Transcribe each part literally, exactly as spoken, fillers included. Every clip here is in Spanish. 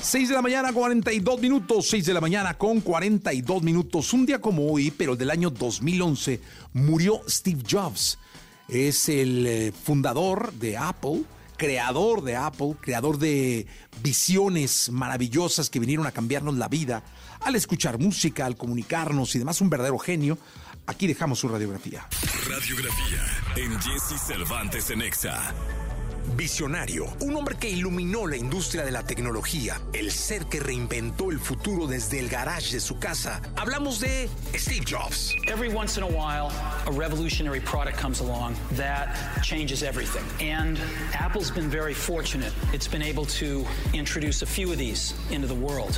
seis de la mañana, cuarenta y dos minutos. seis de la mañana con cuarenta y dos minutos. Un día como hoy, pero del año dos mil once, murió Steve Jobs. Es el eh, fundador de Apple, creador de Apple, creador de visiones maravillosas que vinieron a cambiarnos la vida al escuchar música, al comunicarnos y demás. Un verdadero genio. Aquí dejamos su radiografía. Radiografía en Jesse Cervantes en Exa. Visionario, un hombre que iluminó la industria de la tecnología, el ser que reinventó el futuro desde el garage de su casa. Hablamos de Steve Jobs. Every once in a while, a revolutionary product comes along that changes everything. And Apple's been very fortunate. It's been able to introduce a few of these into the world.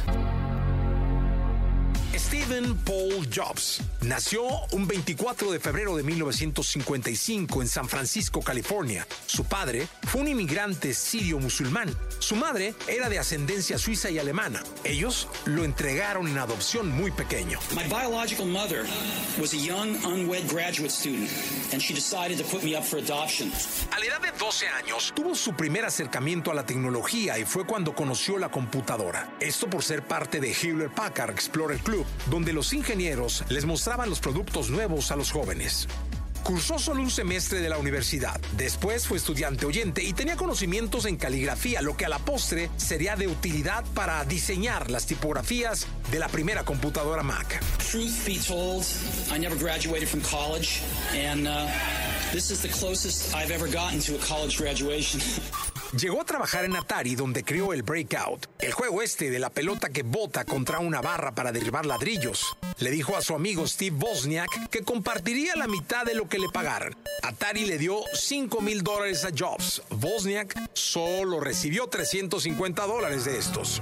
Stephen Paul Jobs nació un veinticuatro de febrero de mil novecientos cincuenta y cinco en San Francisco, California. Su padre fue un inmigrante sirio-musulmán. Su madre era de ascendencia suiza y alemana. Ellos lo entregaron en adopción muy pequeño. My biological mother was a young, unwed graduate student, and she decided to put me up for adoption. A la edad de doce años, tuvo su primer acercamiento a la tecnología y fue cuando conoció la computadora. Esto por ser parte de Hewlett Packard Explorer Club, donde los ingenieros les mostraban los productos nuevos a los jóvenes. Cursó solo un semestre de la universidad. Después fue estudiante oyente y tenía conocimientos en caligrafía, lo que a la postre sería de utilidad para diseñar las tipografías de la primera computadora Mac. Truth be told, I never graduated from college, and uh, this is the closest I've ever gotten to a college graduation. Llegó a trabajar en Atari, donde creó el Breakout, el juego este de la pelota que bota contra una barra para derribar ladrillos. Le dijo a su amigo Steve Wozniak que compartiría la mitad de lo que le pagaran. Atari le dio cinco mil dólares a Jobs. Wozniak solo recibió trescientos cincuenta dólares de estos.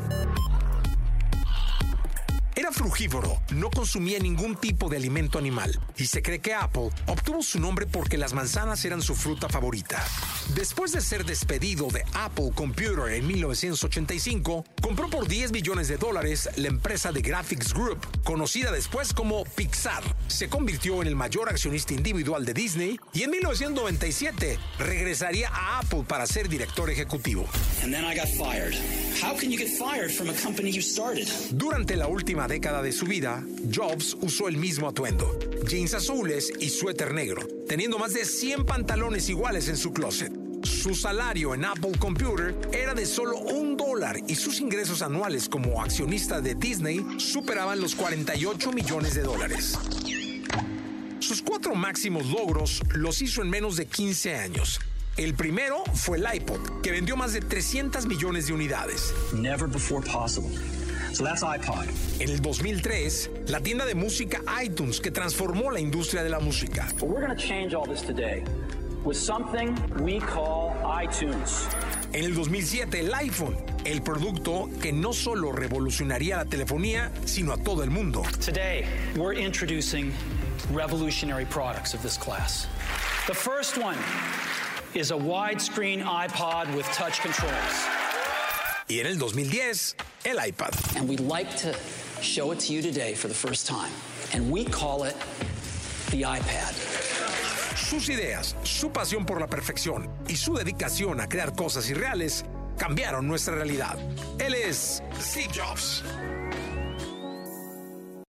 Era frugívoro, no consumía ningún tipo de alimento animal y se cree que Apple obtuvo su nombre porque las manzanas eran su fruta favorita. Después de ser despedido de Apple Computer en mil novecientos ochenta y cinco, compró por diez millones de dólares la empresa de Graphics Group, conocida después como Pixar. Se convirtió en el mayor accionista individual de Disney y en mil novecientos noventa y siete regresaría a Apple para ser director ejecutivo. And then I got fired. How can you get fired from a company you started? Durante la última década de su vida, Jobs usó el mismo atuendo, jeans azules y suéter negro, teniendo más de cien pantalones iguales en su closet. Su salario en Apple Computer era de solo un dólar y sus ingresos anuales como accionista de Disney superaban los cuarenta y ocho millones de dólares. Sus cuatro máximos logros los hizo en menos de quince años. El primero fue el iPod, que vendió más de trescientos millones de unidades. Never before possible. So that's iPod. En el dos mil tres, la tienda de música iTunes, que transformó la industria de la música. But we're going to change all this today with something we call iTunes. En el dos mil siete, el iPhone, el producto que no solo revolucionaría la telefonía, sino a todo el mundo. Today, we're introducing revolutionary products of this class. The first one is a widescreen iPod with touch controls. Y en el dos mil diez, el iPad. And we'd like to show it to you today for the first time. And we call it the iPad. Sus ideas, su pasión por la perfección y su dedicación a crear cosas irreales cambiaron nuestra realidad. Él es Steve Jobs.